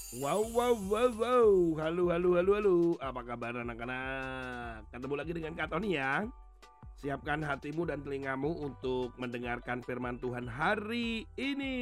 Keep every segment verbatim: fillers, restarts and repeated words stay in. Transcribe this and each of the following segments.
Wow wow wow wow, halo halo halo halo, apa kabar anak-anak? Ketemu lagi dengan Kak Tony ya. Siapkan hatimu dan telingamu untuk mendengarkan firman Tuhan hari ini.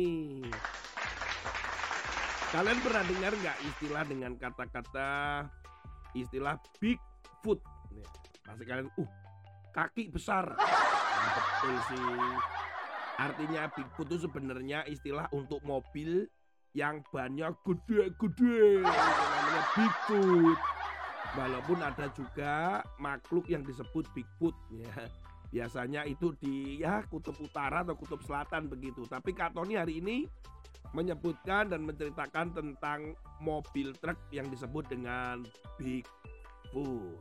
Kalian pernah dengar nggak istilah dengan kata-kata istilah Bigfoot? Nih, pasti kalian, uh, kaki besar. Nah, betul sih. Artinya Bigfoot itu sebenarnya istilah untuk mobil yang bannya gede-gede, itu namanya Bigfoot. Walaupun ada juga makhluk yang disebut Bigfoot ya. Biasanya itu di ya kutub utara atau kutub selatan begitu. Tapi Kak Tony hari ini menyebutkan dan menceritakan tentang mobil truk yang disebut dengan Bigfoot.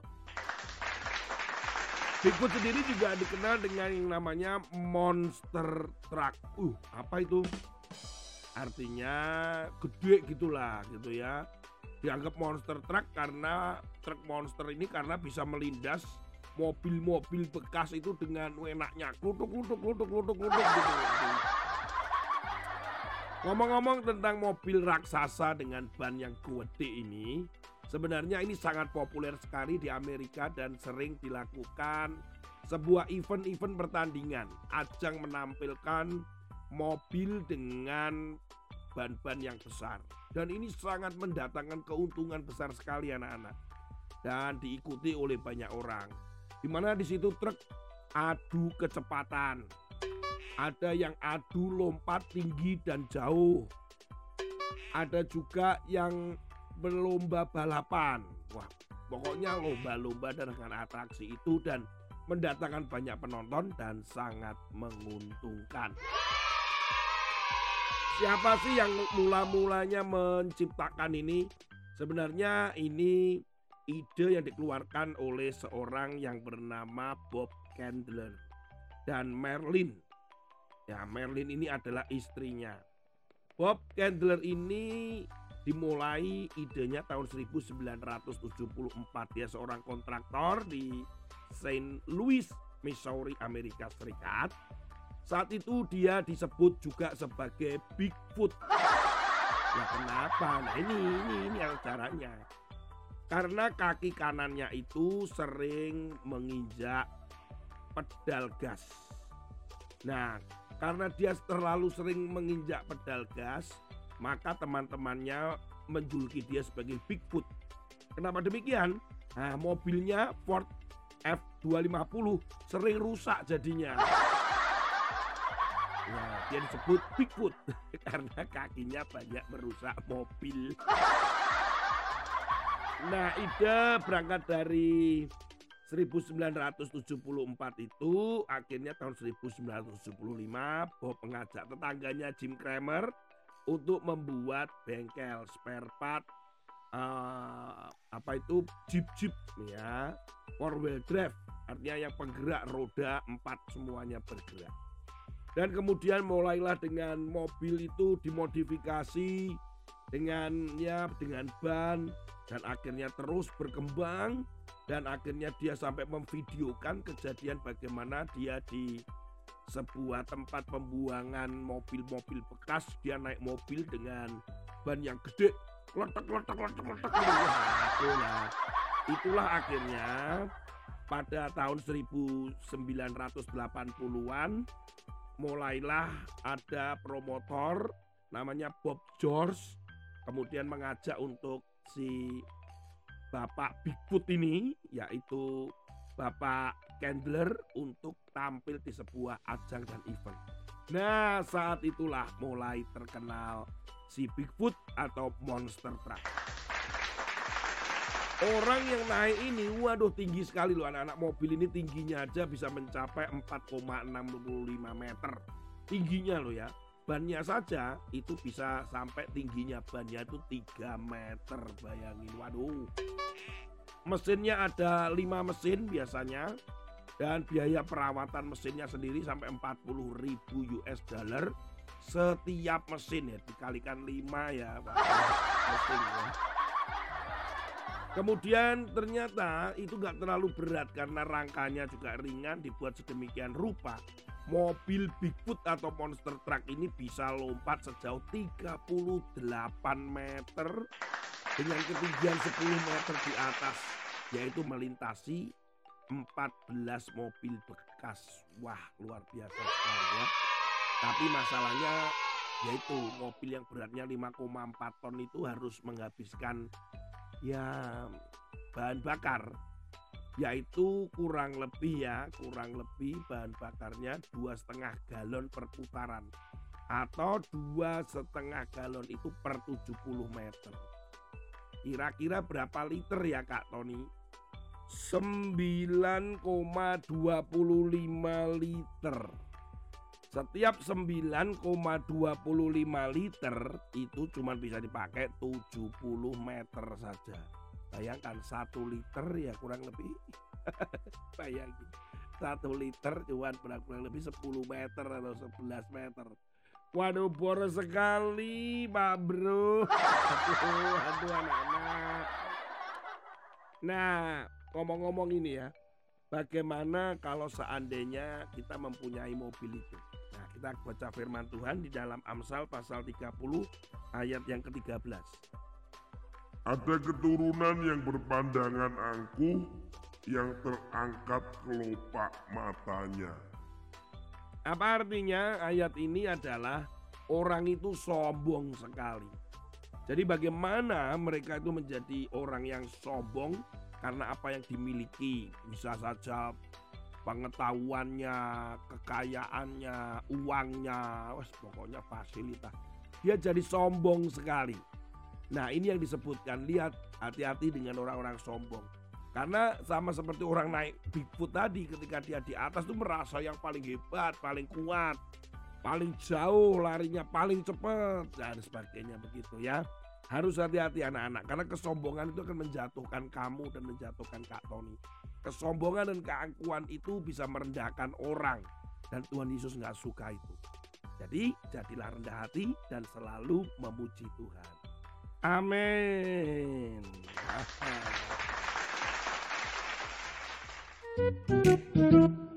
Bigfoot sendiri juga dikenal dengan yang namanya monster truck. Uh, apa itu? Artinya gede gitulah gitu ya. Dianggap monster truck karena truk monster ini karena bisa melindas mobil-mobil bekas itu dengan enaknya klutuk klutuk klutuk klutuk klutuk gitu. Ngomong-ngomong tentang mobil raksasa dengan ban yang gede ini, sebenarnya ini sangat populer sekali di Amerika dan sering dilakukan sebuah event-event pertandingan, ajang menampilkan mobil dengan ban-ban yang besar. Dan ini sangat mendatangkan keuntungan besar sekali anak-anak. Dan diikuti oleh banyak orang. Di mana di situ truk adu kecepatan. Ada yang adu lompat tinggi dan jauh. Ada juga yang berlomba balapan. Wah, pokoknya lomba-lomba dengan atraksi itu dan mendatangkan banyak penonton dan sangat menguntungkan. Siapa sih yang mula-mulanya menciptakan ini? Sebenarnya ini ide yang dikeluarkan oleh seorang yang bernama Bob Candler dan Marilyn. Ya, Marilyn ini adalah istrinya. Bob Candler ini dimulai idenya tahun seribu sembilan ratus tujuh puluh empat. Dia seorang kontraktor di Saint Louis, Missouri, Amerika Serikat. Saat itu dia disebut juga sebagai Bigfoot. Ya kenapa? Nah ini, ini, ini yang caranya. Karena kaki kanannya itu sering menginjak pedal gas. Nah, karena dia terlalu sering menginjak pedal gas, maka teman-temannya menjuluki dia sebagai Bigfoot. Kenapa demikian? Nah, mobilnya Ford F dua lima nol sering rusak jadinya. Nah, dia disebut Bigfoot karena kakinya banyak merusak mobil. Nah, ide berangkat dari seribu sembilan ratus tujuh puluh empat itu, akhirnya tahun seribu sembilan ratus tujuh puluh lima Bob mengajak tetangganya Jim Cramer untuk membuat bengkel spare part uh, apa itu jeep-jeep ya, four wheel drive, artinya yang penggerak roda empat semuanya bergerak. Dan kemudian mulailah dengan mobil itu dimodifikasi dengan ya dengan ban dan akhirnya terus berkembang dan akhirnya dia sampai memvideokan kejadian bagaimana dia di sebuah tempat pembuangan mobil-mobil bekas, dia naik mobil dengan ban yang gede, kletek kletek kletek kletek gitu. Nah, itulah akhirnya pada tahun seribu sembilan ratus delapan puluhan mulailah ada promotor namanya Bob George, kemudian mengajak untuk si Bapak Bigfoot ini, yaitu Bapak Candler, untuk tampil di sebuah ajang dan event. Nah, saat itulah mulai terkenal si Bigfoot atau monster truck. Orang yang naik ini, waduh tinggi sekali loh anak-anak. Mobil ini tingginya aja bisa mencapai empat koma enam lima meter. Tingginya loh ya. Bannya saja itu bisa sampai tingginya bannya itu tiga meter. Bayangin, waduh. Mesinnya ada lima mesin biasanya. Dan biaya perawatan mesinnya sendiri sampai empat puluh ribu U S dollar setiap mesin ya. Dikalikan lima ya. Mesin ya. Kemudian ternyata itu nggak terlalu berat karena rangkanya juga ringan, dibuat sedemikian rupa mobil Bigfoot atau monster truck ini bisa lompat sejauh tiga puluh delapan meter dengan ketinggian sepuluh meter di atas, yaitu melintasi empat belas mobil bekas. Wah, luar biasa sekali ya. Tapi masalahnya yaitu mobil yang beratnya lima koma empat ton itu harus menghabiskan ya bahan bakar, yaitu kurang lebih ya kurang lebih bahan bakarnya dua setengah galon per putaran atau dua setengah galon itu per tujuh puluh meter. Kira-kira berapa liter ya Kak Tony? sembilan koma dua lima liter. Setiap sembilan koma dua lima liter itu cuma bisa dipakai tujuh puluh meter saja. Bayangkan satu liter ya kurang lebih bayangin satu liter cuma kurang lebih sepuluh meter atau sebelas meter. Waduh, boros sekali Pak Bro. Aduh, aduh anak-anak. Nah, ngomong-ngomong ini ya, bagaimana kalau seandainya kita mempunyai mobil itu? Nah, kita baca firman Tuhan di dalam Amsal pasal tiga puluh ayat yang ke tiga belas. Ada keturunan yang berpandangan angkuh, yang terangkat kelopak matanya. Apa artinya? Ayat ini adalah orang itu sombong sekali. Jadi bagaimana mereka itu menjadi orang yang sombong? Karena apa yang dimiliki, bisa saja pengetahuannya, kekayaannya, uangnya, wah, pokoknya fasilitas. Dia jadi sombong sekali. Nah, ini yang disebutkan, lihat hati-hati dengan orang-orang sombong. Karena sama seperti orang naik Bigfoot tadi, ketika dia di atas tuh merasa yang paling hebat, paling kuat, paling jauh larinya, paling cepat, dan sebagainya begitu ya. Harus hati-hati anak-anak, karena kesombongan itu akan menjatuhkan kamu dan menjatuhkan Kak Tony. Kesombongan dan keangkuhan itu bisa merendahkan orang, dan Tuhan Yesus nggak suka itu. Jadi jadilah rendah hati dan selalu memuji Tuhan. Amin.